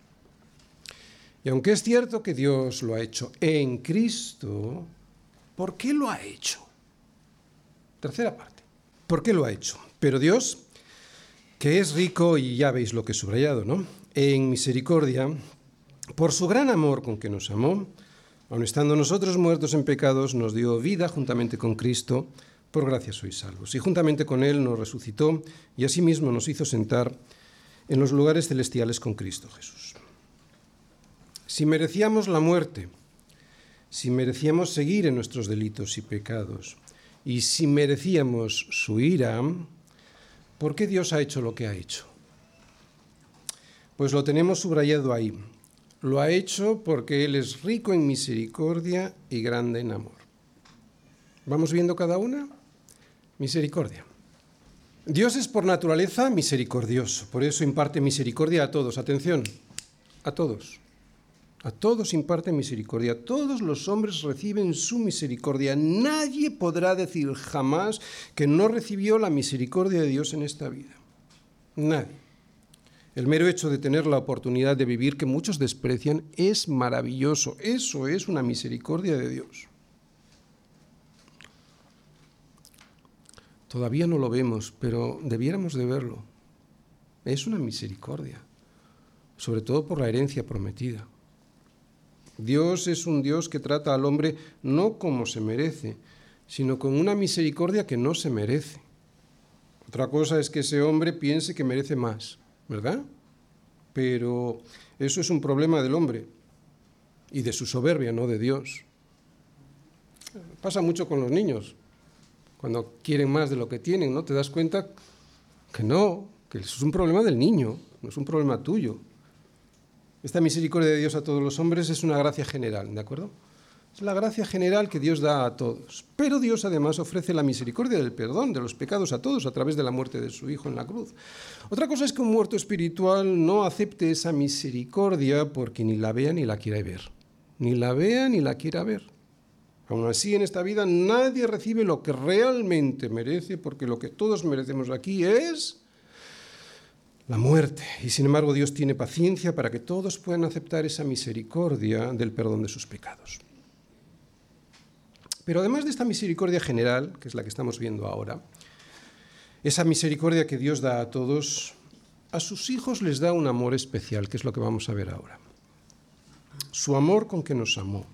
Y aunque es cierto que Dios lo ha hecho en Cristo, ¿por qué lo ha hecho? Tercera parte. ¿Por qué lo ha hecho? Pero Dios, que es rico, y ya veis lo que he subrayado, ¿no?, en misericordia, por su gran amor con que nos amó, aun estando nosotros muertos en pecados, nos dio vida juntamente con Cristo, por gracia sois salvos. Y juntamente con Él nos resucitó y asimismo nos hizo sentar en los lugares celestiales con Cristo Jesús. Si merecíamos la muerte, si merecíamos seguir en nuestros delitos y pecados, y si merecíamos su ira, ¿por qué Dios ha hecho lo que ha hecho? Pues lo tenemos subrayado ahí. Lo ha hecho porque Él es rico en misericordia y grande en amor. ¿Vamos viendo cada una? Misericordia. Dios es por naturaleza misericordioso, por eso imparte misericordia a todos. Atención, a todos. A todos imparte misericordia. Todos los hombres reciben su misericordia. Nadie podrá decir jamás que no recibió la misericordia de Dios en esta vida. Nadie. El mero hecho de tener la oportunidad de vivir, que muchos desprecian, es maravilloso. Eso es una misericordia de Dios. Todavía no lo vemos, pero debiéramos de verlo. Es una misericordia, sobre todo por la herencia prometida. Dios es un Dios que trata al hombre no como se merece, sino con una misericordia que no se merece. Otra cosa es que ese hombre piense que merece más, ¿verdad? Pero eso es un problema del hombre y de su soberbia, no de Dios. Pasa mucho con los niños. Cuando quieren más de lo que tienen, ¿no? Te das cuenta que no, que eso es un problema del niño, no es un problema tuyo. Esta misericordia de Dios a todos los hombres es una gracia general, ¿de acuerdo? Es la gracia general que Dios da a todos. Pero Dios además ofrece la misericordia del perdón de los pecados a todos a través de la muerte de su Hijo en la cruz. Otra cosa es que un muerto espiritual no acepte esa misericordia porque ni la vea ni la quiera ver. Ni la vea ni la quiera ver. Aún así, en esta vida nadie recibe lo que realmente merece, porque lo que todos merecemos aquí es la muerte. Y sin embargo, Dios tiene paciencia para que todos puedan aceptar esa misericordia del perdón de sus pecados. Pero además de esta misericordia general, que es la que estamos viendo ahora, esa misericordia que Dios da a todos, a sus hijos les da un amor especial, que es lo que vamos a ver ahora. Su amor con que nos amó.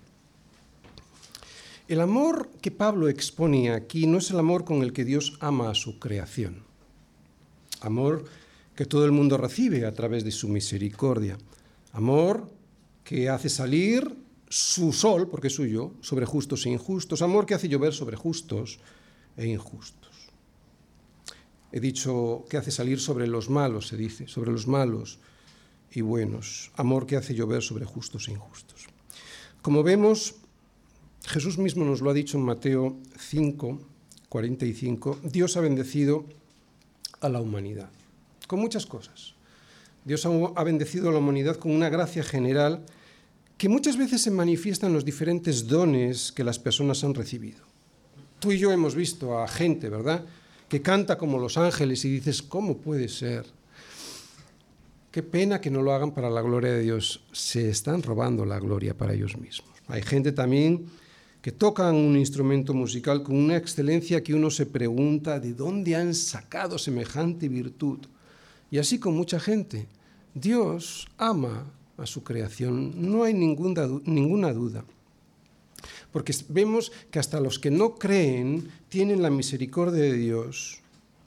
El amor que Pablo expone aquí no es el amor con el que Dios ama a su creación. Amor que todo el mundo recibe a través de su misericordia. Amor que hace salir su sol, porque es suyo, sobre justos e injustos. Amor que hace llover sobre justos e injustos. He dicho que hace salir sobre los malos, se dice, sobre los malos y buenos. Amor que hace llover sobre justos e injustos. Como vemos, Jesús mismo nos lo ha dicho en Mateo 5, 45. Dios ha bendecido a la humanidad con muchas cosas. Dios ha bendecido a la humanidad con una gracia general que muchas veces se manifiesta en los diferentes dones que las personas han recibido. Tú y yo hemos visto a gente, ¿verdad?, que canta como los ángeles y dices, ¿cómo puede ser? Qué pena que no lo hagan para la gloria de Dios. Se están robando la gloria para ellos mismos. Hay gente también que tocan un instrumento musical con una excelencia que uno se pregunta ¿de dónde han sacado semejante virtud? Y así con mucha gente. Dios ama a su creación, no hay ninguna duda. Porque vemos que hasta los que no creen tienen la misericordia de Dios.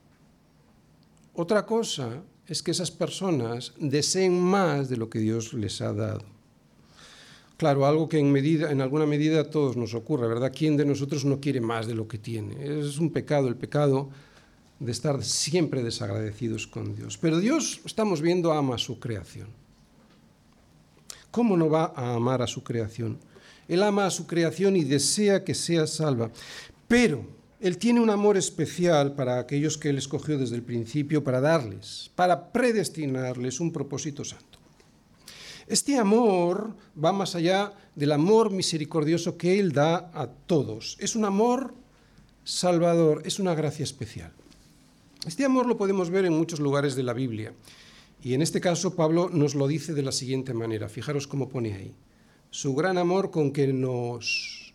Otra cosa es que esas personas deseen más de lo que Dios les ha dado. Claro, algo que en alguna medida a todos nos ocurre, ¿verdad? ¿Quién de nosotros no quiere más de lo que tiene? Es un pecado, el pecado de estar siempre desagradecidos con Dios. Pero Dios, estamos viendo, ama a su creación. ¿Cómo no va a amar a su creación? Él ama a su creación y desea que sea salva. Pero Él tiene un amor especial para aquellos que Él escogió desde el principio para darles, para predestinarles un propósito santo. Este amor va más allá del amor misericordioso que Él da a todos. Es un amor salvador, es una gracia especial. Este amor lo podemos ver en muchos lugares de la Biblia. Y en este caso Pablo nos lo dice de la siguiente manera. Fijaros cómo pone ahí. Su gran amor con que nos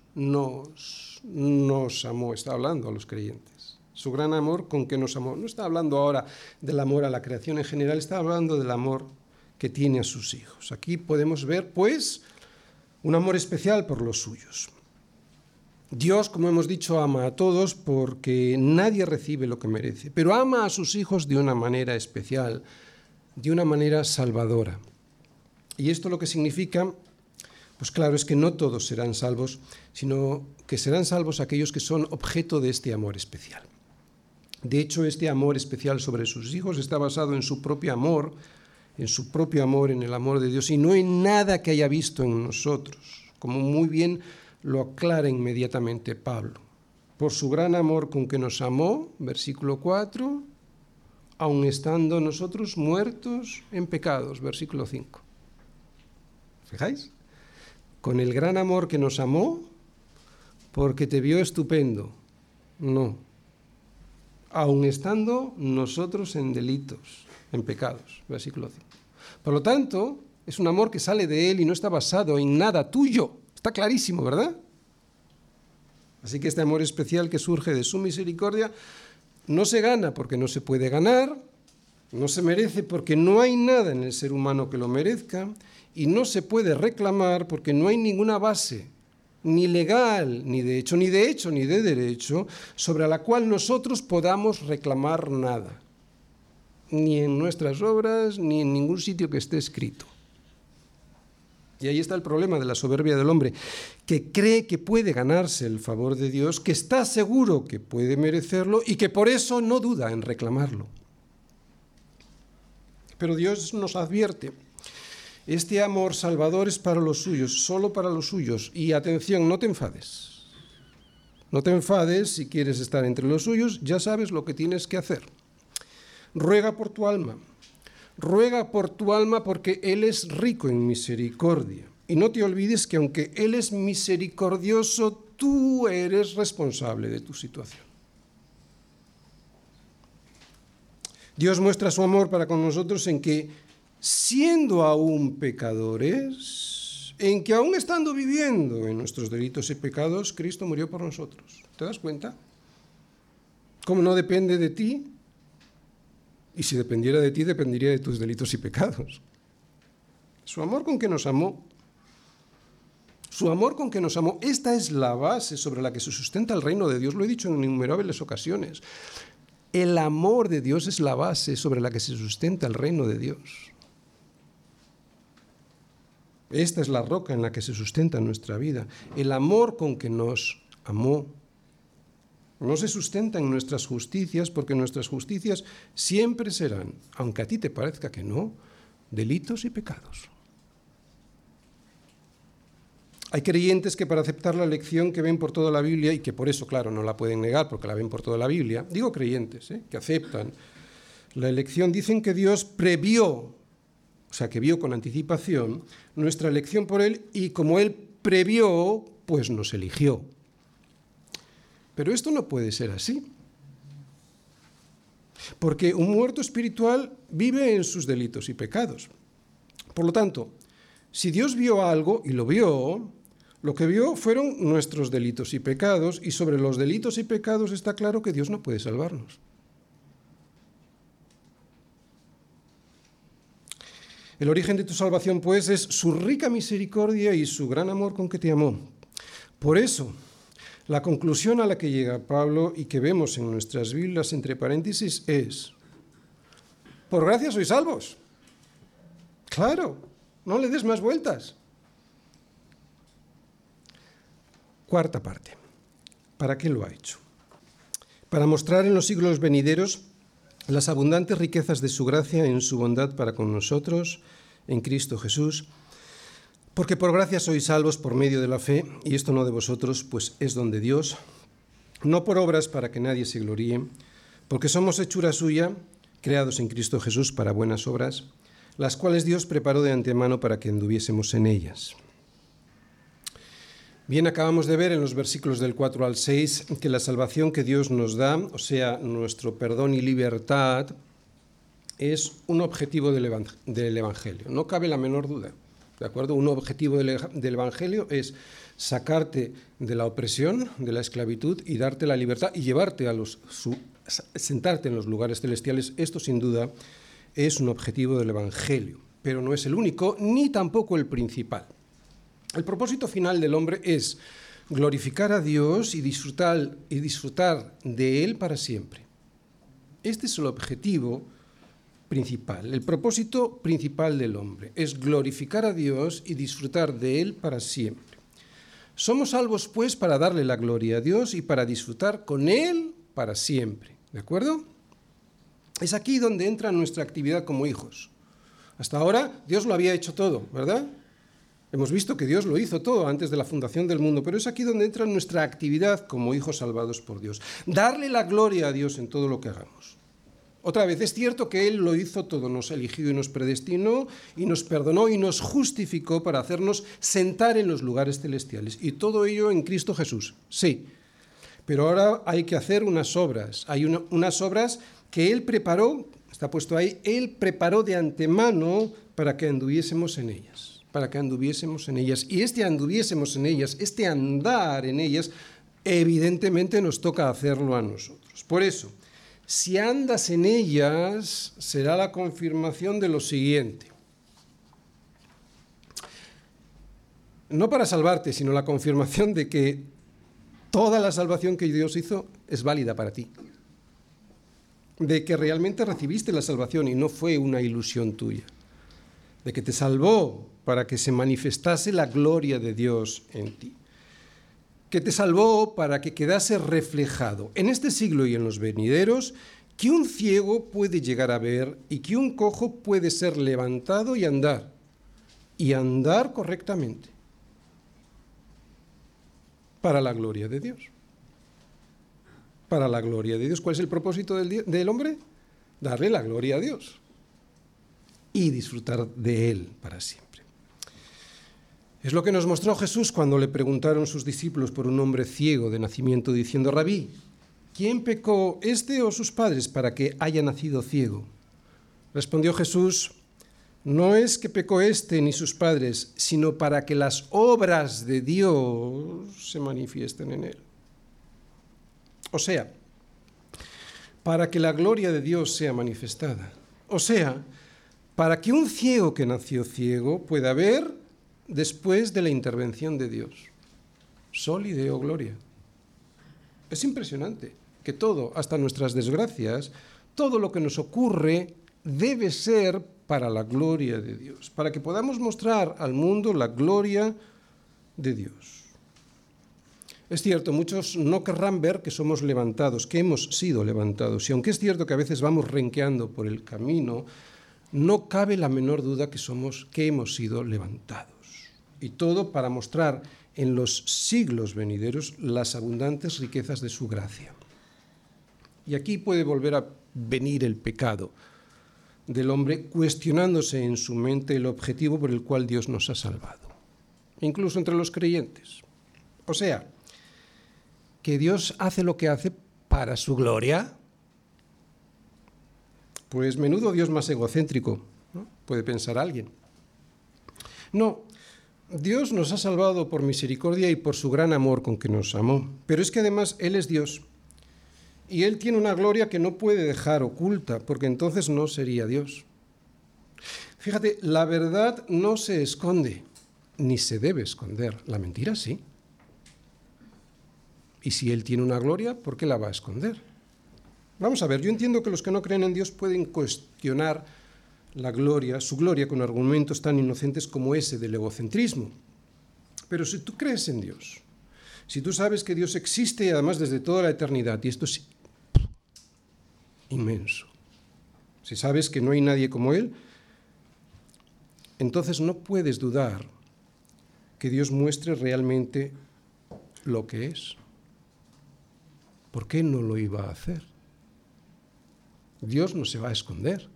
amó. Está hablando a los creyentes. Su gran amor con que nos amó. No está hablando ahora del amor a la creación en general, está hablando del amor que tiene a sus hijos. Aquí podemos ver, pues, un amor especial por los suyos. Dios, como hemos dicho, ama a todos porque nadie recibe lo que merece, pero ama a sus hijos de una manera especial, de una manera salvadora. Y esto lo que significa, pues claro, es que no todos serán salvos, sino que serán salvos aquellos que son objeto de este amor especial. De hecho, este amor especial sobre sus hijos está basado en su propio amor, en el amor de Dios, y no en nada que haya visto en nosotros, como muy bien lo aclara inmediatamente Pablo. Por su gran amor con que nos amó, versículo 4, aun estando nosotros muertos en pecados, versículo 5. ¿Fijáis? Con el gran amor que nos amó, porque te vio estupendo. No. Aun estando nosotros en delitos, en pecados, versículo 5. Por lo tanto, es un amor que sale de Él y no está basado en nada tuyo. Está clarísimo, ¿verdad? Así que este amor especial que surge de su misericordia no se gana porque no se puede ganar, no se merece porque no hay nada en el ser humano que lo merezca y no se puede reclamar porque no hay ninguna base, ni legal, ni de hecho, ni de derecho, sobre la cual nosotros podamos reclamar nada, ni en nuestras obras, ni en ningún sitio que esté escrito. Y ahí está el problema de la soberbia del hombre, que cree que puede ganarse el favor de Dios, que está seguro que puede merecerlo y que por eso no duda en reclamarlo. Pero Dios nos advierte, este amor salvador es para los suyos, solo para los suyos. Y atención, no te enfades. No te enfades si quieres estar entre los suyos, ya sabes lo que tienes que hacer. Ruega por tu alma. Ruega por tu alma porque Él es rico en misericordia. Y no te olvides que aunque Él es misericordioso, tú eres responsable de tu situación. Dios muestra su amor para con nosotros en que, siendo aún pecadores, en que aún estando viviendo en nuestros delitos y pecados, Cristo murió por nosotros. ¿Te das cuenta? ¿Cómo no depende de ti? Y si dependiera de ti, dependería de tus delitos y pecados. Su amor con que nos amó. Su amor con que nos amó. Esta es la base sobre la que se sustenta el reino de Dios. Lo he dicho en innumerables ocasiones. El amor de Dios es la base sobre la que se sustenta el reino de Dios. Esta es la roca en la que se sustenta nuestra vida. El amor con que nos amó. No se sustenta en nuestras justicias, porque nuestras justicias siempre serán, aunque a ti te parezca que no, delitos y pecados. Hay creyentes que para aceptar la lección que ven por toda la Biblia, y que por eso, claro, no la pueden negar porque la ven por toda la Biblia, digo creyentes, que aceptan la elección, dicen que Dios previó, o sea, que vio con anticipación nuestra elección por Él, y como Él previó, pues nos eligió. Pero esto no puede ser así. Porque un muerto espiritual vive en sus delitos y pecados. Por lo tanto, si Dios vio algo, y lo vio, lo que vio fueron nuestros delitos y pecados, y sobre los delitos y pecados está claro que Dios no puede salvarnos. El origen de tu salvación, pues, es su rica misericordia y su gran amor con que te amó. Por eso, la conclusión a la que llega Pablo y que vemos en nuestras Biblias entre paréntesis es: por gracia sois salvos. Claro, no le des más vueltas. Cuarta parte. ¿Para qué lo ha hecho? Para mostrar en los siglos venideros las abundantes riquezas de su gracia en su bondad para con nosotros, en Cristo Jesús, porque por gracia sois salvos por medio de la fe, y esto no de vosotros, pues es don de Dios, no por obras para que nadie se gloríe, porque somos hechura suya, creados en Cristo Jesús para buenas obras, las cuales Dios preparó de antemano para que anduviésemos en ellas. Bien, acabamos de ver en los versículos del 4 al 6 que la salvación que Dios nos da, o sea, nuestro perdón y libertad, es un objetivo del Evangelio. No cabe la menor duda. ¿De acuerdo? Un objetivo del Evangelio es sacarte de la opresión, de la esclavitud, y darte la libertad y llevarte sentarte en los lugares celestiales. Esto, sin duda, es un objetivo del Evangelio, pero no es el único ni tampoco el principal. El propósito final del hombre es glorificar a Dios y disfrutar de Él para siempre. Este es el objetivo principal. El propósito principal del hombre es glorificar a Dios y disfrutar de Él para siempre. Somos salvos, pues, para darle la gloria a Dios y para disfrutar con Él para siempre. ¿De acuerdo? Es aquí donde entra nuestra actividad como hijos. Hasta ahora Dios lo había hecho todo, ¿verdad? Hemos visto que Dios lo hizo todo antes de la fundación del mundo, pero es aquí donde entra nuestra actividad como hijos salvados por Dios. Darle la gloria a Dios en todo lo que hagamos. Otra vez, es cierto que Él lo hizo todo, nos eligió y nos predestinó y nos perdonó y nos justificó para hacernos sentar en los lugares celestiales. Y todo ello en Cristo Jesús, sí. Pero ahora hay que hacer unas obras. Hay unas obras que Él preparó, está puesto ahí, Él preparó de antemano para que anduviésemos en ellas. Para que anduviésemos en ellas. Y anduviésemos en ellas, este andar en ellas, evidentemente nos toca hacerlo a nosotros. Por eso, si andas en ellas, será la confirmación de lo siguiente. No para salvarte, sino la confirmación de que toda la salvación que Dios hizo es válida para ti. De que realmente recibiste la salvación y no fue una ilusión tuya. De que te salvó para que se manifestase la gloria de Dios en ti. Que te salvó para que quedase reflejado en este siglo y en los venideros que un ciego puede llegar a ver y que un cojo puede ser levantado y andar correctamente, para la gloria de Dios. Para la gloria de Dios. ¿Cuál es el propósito del hombre? Darle la gloria a Dios y disfrutar de Él para siempre. Es lo que nos mostró Jesús cuando le preguntaron sus discípulos por un hombre ciego de nacimiento, diciendo: Rabí, ¿quién pecó, este o sus padres, para que haya nacido ciego? Respondió Jesús: no es que pecó este ni sus padres, sino para que las obras de Dios se manifiesten en él. O sea, para que la gloria de Dios sea manifestada. O sea, para que un ciego que nació ciego pueda ver después de la intervención de Dios. Soli Deo Gloria. Es impresionante que todo, hasta nuestras desgracias, todo lo que nos ocurre debe ser para la gloria de Dios, para que podamos mostrar al mundo la gloria de Dios. Es cierto, muchos no querrán ver que somos levantados, que hemos sido levantados, y aunque es cierto que a veces vamos renqueando por el camino, no cabe la menor duda que hemos sido levantados. Y todo para mostrar en los siglos venideros las abundantes riquezas de su gracia. Y aquí puede volver a venir el pecado del hombre cuestionándose en su mente el objetivo por el cual Dios nos ha salvado, incluso entre los creyentes. O sea, que Dios hace lo que hace para su gloria. Pues menudo Dios más egocéntrico, ¿no? Puede pensar alguien. No, Dios nos ha salvado por misericordia y por su gran amor con que nos amó. Pero es que además Él es Dios. Y Él tiene una gloria que no puede dejar oculta, porque entonces no sería Dios. Fíjate, la verdad no se esconde, ni se debe esconder. La mentira sí. Y si Él tiene una gloria, ¿por qué la va a esconder? Vamos a ver, yo entiendo que los que no creen en Dios pueden cuestionar la gloria, su gloria, con argumentos tan inocentes como ese del egocentrismo. Pero si tú crees en Dios, si tú sabes que Dios existe y además desde toda la eternidad, y esto es inmenso, si sabes que no hay nadie como Él, entonces no puedes dudar que Dios muestre realmente lo que es. ¿Por qué no lo iba a hacer? Dios no se va a esconder.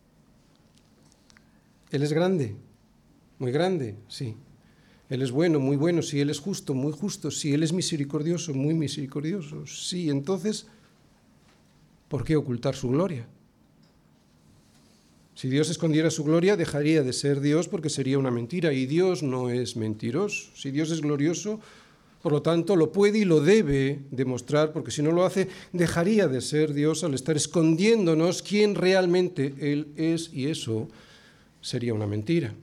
Él es grande, muy grande, sí. Él es bueno, muy bueno, sí. Él es justo, muy justo, sí. Él es misericordioso, muy misericordioso, sí. Entonces, ¿por qué ocultar su gloria? Si Dios escondiera su gloria, dejaría de ser Dios porque sería una mentira, y Dios no es mentiroso. Si Dios es glorioso, por lo tanto, lo puede y lo debe demostrar, porque si no lo hace, dejaría de ser Dios al estar escondiéndonos quién realmente Él es, y eso sería una mentira.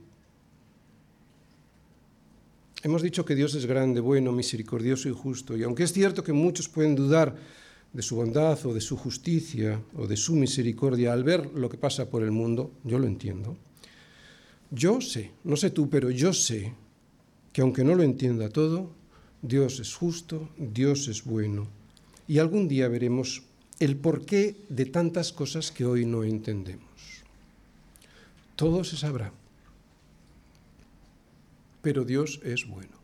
Hemos dicho que Dios es grande, bueno, misericordioso y justo, y aunque es cierto que muchos pueden dudar de su bondad o de su justicia o de su misericordia al ver lo que pasa por el mundo, yo lo entiendo. Yo sé, no sé tú, pero yo sé que aunque no lo entienda todo, Dios es justo, Dios es bueno, y algún día veremos el porqué de tantas cosas que hoy no entendemos. Todo se sabrá, pero Dios es bueno.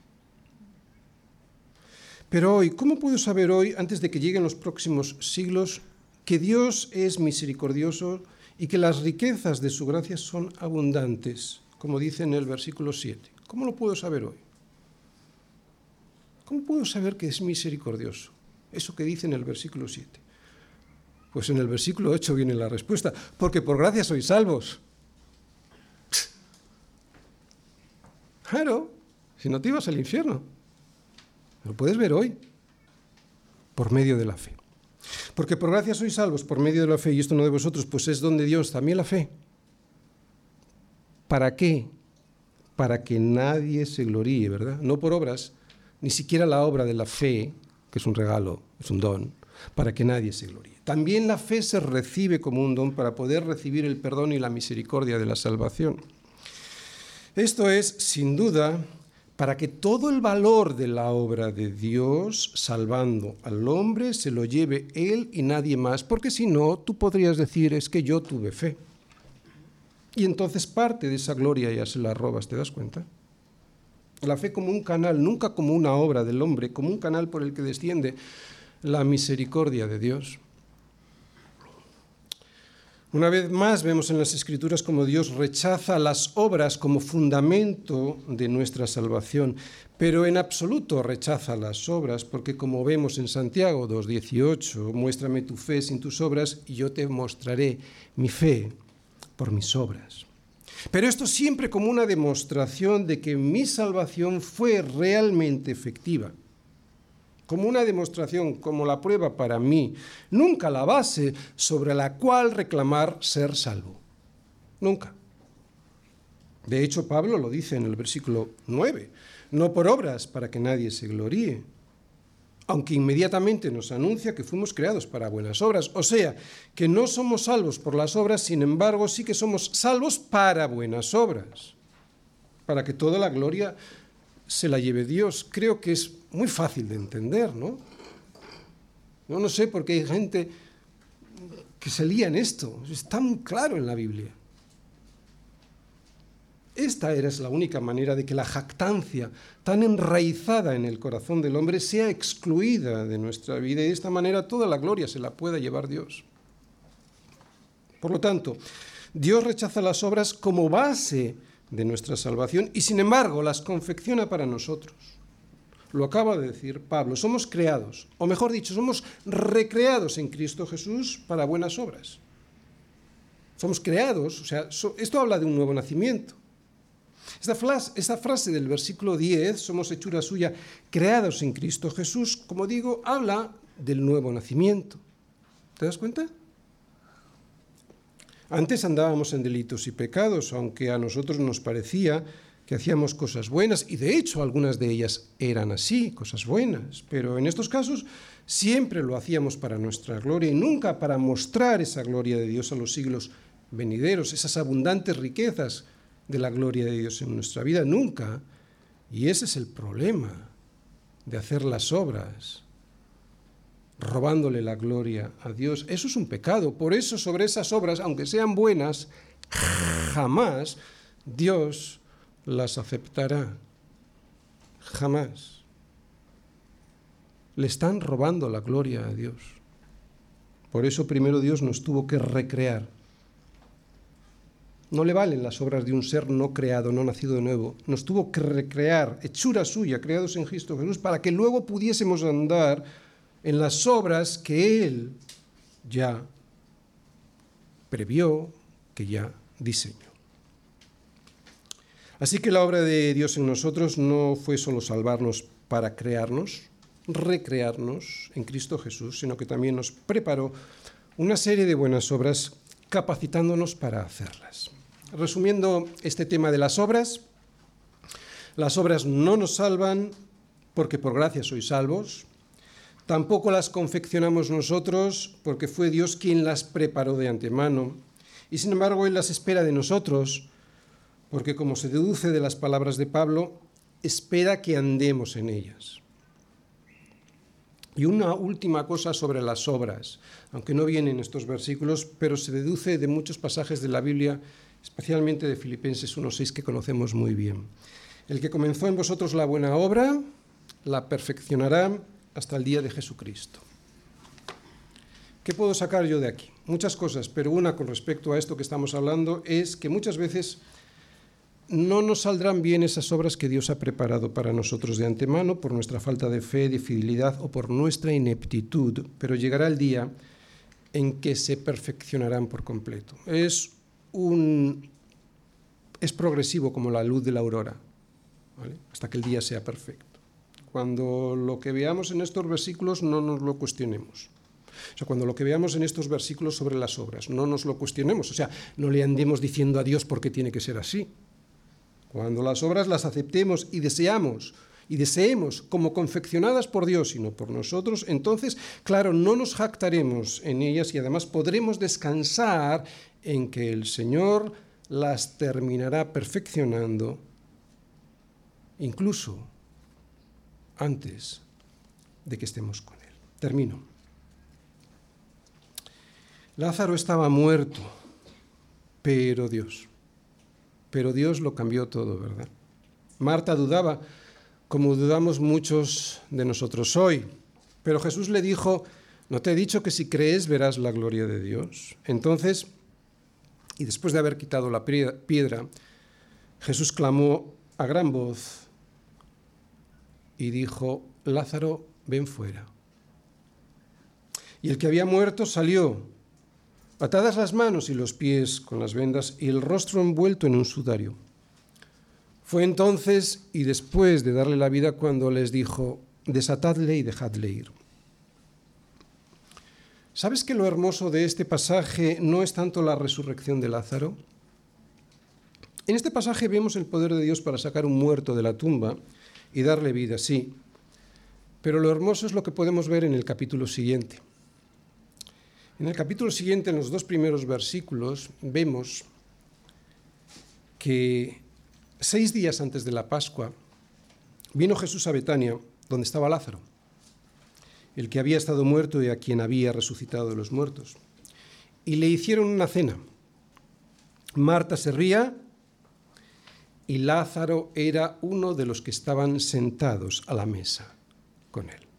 Pero hoy, ¿cómo puedo saber hoy, antes de que lleguen los próximos siglos, que Dios es misericordioso y que las riquezas de su gracia son abundantes, como dice en el versículo 7? ¿Cómo lo puedo saber hoy? ¿Cómo puedo saber que es misericordioso? Eso que dice en el versículo 7. Pues en el versículo 8 viene la respuesta, porque por gracia sois salvos. Claro, si no te ibas al infierno. Lo puedes ver hoy, por medio de la fe. Porque por gracia sois salvos, por medio de la fe, y esto no de vosotros, pues es don de Dios, también la fe. ¿Para qué? Para que nadie se gloríe, ¿verdad? No por obras, ni siquiera la obra de la fe, que es un regalo, es un don, para que nadie se gloríe. También la fe se recibe como un don para poder recibir el perdón y la misericordia de la salvación. Esto es, sin duda, para que todo el valor de la obra de Dios, salvando al hombre, se lo lleve Él y nadie más, porque si no, tú podrías decir, es que yo tuve fe. Y entonces parte de esa gloria ya se la robas, ¿te das cuenta? La fe como un canal, nunca como una obra del hombre, como un canal por el que desciende la misericordia de Dios. Una vez más vemos en las Escrituras cómo Dios rechaza las obras como fundamento de nuestra salvación, pero en absoluto rechaza las obras, porque como vemos en Santiago 2:18, muéstrame tu fe sin tus obras y yo te mostraré mi fe por mis obras. Pero esto siempre como una demostración de que mi salvación fue realmente efectiva. como una demostración, como la prueba para mí, nunca la base sobre la cual reclamar ser salvo. Nunca. De hecho, Pablo lo dice en el versículo 9, no por obras para que nadie se gloríe, aunque inmediatamente nos anuncia que fuimos creados para buenas obras. O sea, que no somos salvos por las obras, sin embargo, sí que somos salvos para buenas obras, para que toda la gloria se la lleve Dios. Creo que es muy fácil de entender, ¿no? Yo no sé por qué hay gente que se lía en esto. Está muy claro en la Biblia. Esta es la única manera de que la jactancia tan enraizada en el corazón del hombre sea excluida de nuestra vida y de esta manera toda la gloria se la pueda llevar Dios. Por lo tanto, Dios rechaza las obras como base de nuestra salvación y sin embargo las confecciona para nosotros. Lo acaba de decir Pablo, somos creados, o mejor dicho, somos recreados en Cristo Jesús para buenas obras. Somos creados, o sea, esto habla de un nuevo nacimiento. Esta frase del versículo 10, somos hechura suya, creados en Cristo Jesús, como digo, habla del nuevo nacimiento. ¿Te das cuenta? Antes andábamos en delitos y pecados, aunque a nosotros nos parecía que hacíamos cosas buenas, y de hecho algunas de ellas eran así, cosas buenas, pero en estos casos siempre lo hacíamos para nuestra gloria y nunca para mostrar esa gloria de Dios a los siglos venideros, esas abundantes riquezas de la gloria de Dios en nuestra vida, nunca. Y ese es el problema de hacer las obras robándole la gloria a Dios. Eso es un pecado. Por eso sobre esas obras, aunque sean buenas, jamás Dios las aceptará. Jamás. Le están robando la gloria a Dios. Por eso primero Dios nos tuvo que recrear. No le valen las obras de un ser no creado, no nacido de nuevo. Nos tuvo que recrear, hechura suya, creados en Cristo Jesús, para que luego pudiésemos andar en las obras que Él ya previó, que ya diseñó. Así que la obra de Dios en nosotros no fue solo salvarnos para crearnos, recrearnos en Cristo Jesús, sino que también nos preparó una serie de buenas obras capacitándonos para hacerlas. Resumiendo este tema de las obras no nos salvan porque por gracia sois salvos, tampoco las confeccionamos nosotros porque fue Dios quien las preparó de antemano, y sin embargo Él las espera de nosotros porque, como se deduce de las palabras de Pablo, espera que andemos en ellas. Y una última cosa sobre las obras, aunque no viene en estos versículos, pero se deduce de muchos pasajes de la Biblia, especialmente de Filipenses 1:6, que conocemos muy bien. El que comenzó en vosotros la buena obra, la perfeccionará hasta el día de Jesucristo. ¿Qué puedo sacar yo de aquí? Muchas cosas, pero una con respecto a esto que estamos hablando es que muchas veces no nos saldrán bien esas obras que Dios ha preparado para nosotros de antemano por nuestra falta de fe, de fidelidad o por nuestra ineptitud, pero llegará el día en que se perfeccionarán por completo. Es progresivo como la luz de la aurora, ¿vale? Hasta que el día sea perfecto. Cuando lo que veamos en estos versículos no nos lo cuestionemos. O sea, cuando lo que veamos en estos versículos sobre las obras no nos lo cuestionemos, o sea, no le andemos diciendo a Dios por qué tiene que ser así. Cuando las obras las aceptemos y deseemos como confeccionadas por Dios y no por nosotros, entonces, claro, no nos jactaremos en ellas y además podremos descansar en que el Señor las terminará perfeccionando, incluso antes de que estemos con Él. Termino. Lázaro estaba muerto, pero Dios lo cambió todo, ¿verdad? Marta dudaba, como dudamos muchos de nosotros hoy, pero Jesús le dijo: ¿no te he dicho que si crees verás la gloria de Dios? Entonces, y después de haber quitado la piedra, Jesús clamó a gran voz y dijo: Lázaro, ven fuera. Y el que había muerto salió, atadas las manos y los pies con las vendas y el rostro envuelto en un sudario. Fue entonces y después de darle la vida cuando les dijo: desatadle y dejadle ir. ¿Sabes que lo hermoso de este pasaje no es tanto la resurrección de Lázaro? En este pasaje vemos el poder de Dios para sacar un muerto de la tumba y darle vida, sí. Pero lo hermoso es lo que podemos ver en el capítulo siguiente. En el capítulo siguiente, en los 2 primeros versículos, vemos que 6 días antes de la Pascua vino Jesús a Betania, donde estaba Lázaro, el que había estado muerto y a quien había resucitado de los muertos. Y le hicieron una cena. Marta servía y Lázaro era uno de los que estaban sentados a la mesa con él.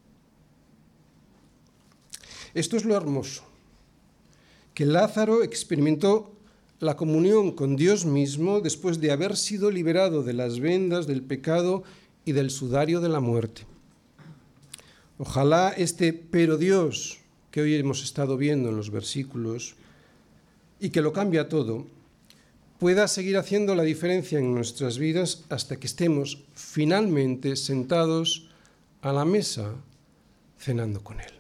Esto es lo hermoso, que Lázaro experimentó la comunión con Dios mismo después de haber sido liberado de las vendas del pecado y del sudario de la muerte. Ojalá este pero Dios que hoy hemos estado viendo en los versículos y que lo cambia todo, pueda seguir haciendo la diferencia en nuestras vidas hasta que estemos finalmente sentados a la mesa cenando con Él.